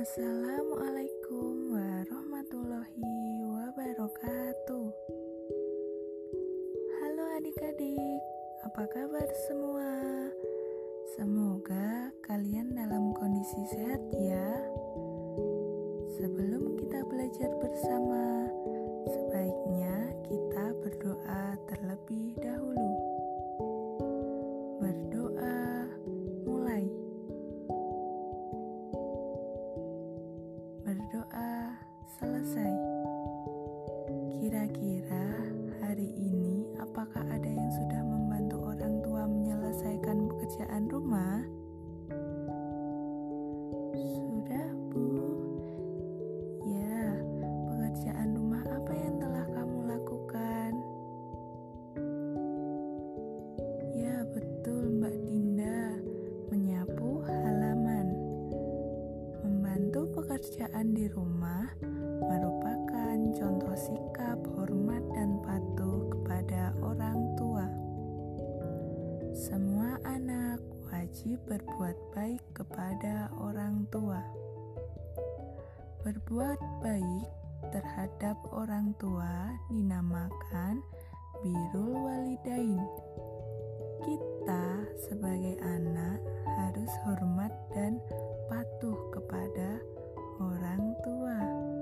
Assalamualaikum warahmatullahi wabarakatuh. Halo adik-adik, apa kabar semua? Semoga kalian dalam kondisi sehat ya. Sebelum kita belajar bersama, sebaiknya kita berdoa terlebih dahulu. Berdoa mulai. Berdoa selesai. Kira-kira hari ini apakah ada yang sudah membantu orang tua menyelesaikan pekerjaan rumah? Sudah, Bu? Ya, pekerjaan rumah apa yang telah kamu lakukan? Ya, betul Mbak Dinda, menyapu halaman. Membantu pekerjaan di rumah merupakan contoh sikap hormat dan patuh kepada orang tua. Semua anak wajib berbuat baik kepada orang tua. Berbuat baik terhadap orang tua dinamakan birrul walidain. Kita sebagai anak harus hormat dan patuh kepada orang tua.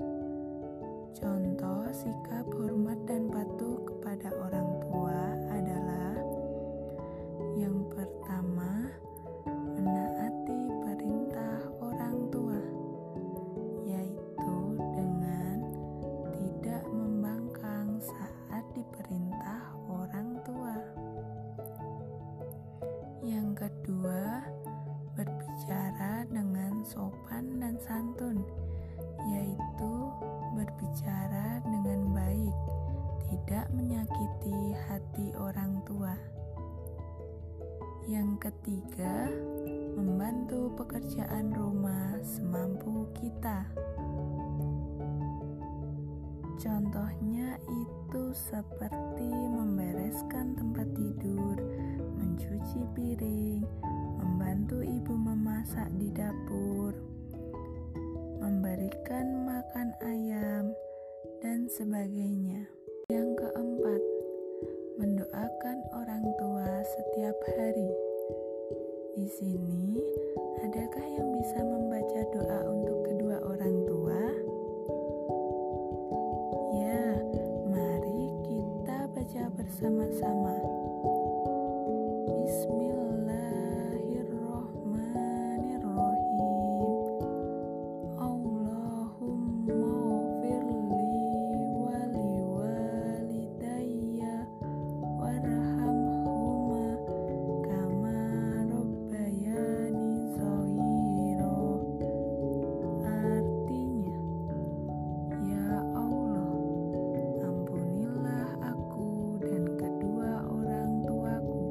Contoh sikap hormat dan patuh kepada orang tua adalah: yang pertama, menaati perintah orang tua, yaitu dengan tidak membangkang saat diperintah orang tua. Yang kedua, berbicara dengan sopan dan santun, yaitu berbicara dengan baik, tidak menyakiti hati orang tua. Yang ketiga, membantu pekerjaan rumah semampu kita. Contohnya itu seperti membereskan tempat tidur, mencuci piring, membantu ibu memasak di dapur, memberikan makan ayam, dan sebagainya. Yang keempat, mendoakan orang tua setiap hari. Di sini, adakah yang bisa membaca doa untuk kedua orang tua? Ya, mari kita baca bersama-sama. Bismillahirrohmanirrohim. Allahumma firli wali walidayya warhamhuma kama rabbayani shaghira. Artinya, ya Allah, ampunilah aku dan kedua orang tuaku,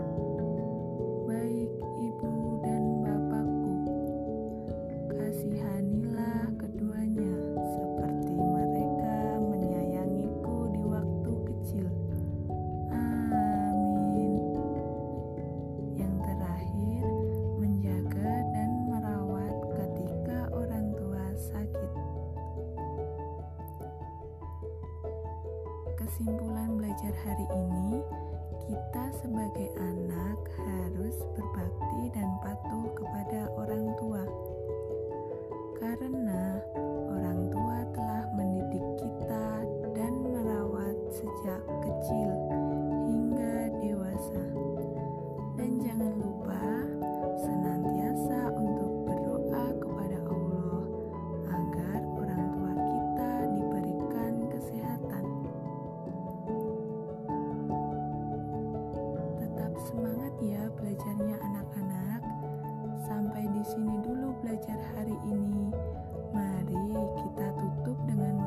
baik ibu dan bapakku. Kasihanilah keduanya seperti mereka menyayangiku di waktu kecil. Amin. Yang terakhir, menjaga dan merawat ketika orang tua sakit. Kesimpulan belajar hari ini, kita sebagai anak harus berbakti dan patuh kepada orang tua, karena orang tua telah mendidik kita dan merawat sejak kecil hingga dewasa. Dan jangan lupa senantiasa untuk berdoa kepada Allah agar orang tua kita diberikan kesehatan. Tetap semangat ya belajarnya anak-anak. Sampai di sini dulu belajar hari ini. Mari kita tutup dengan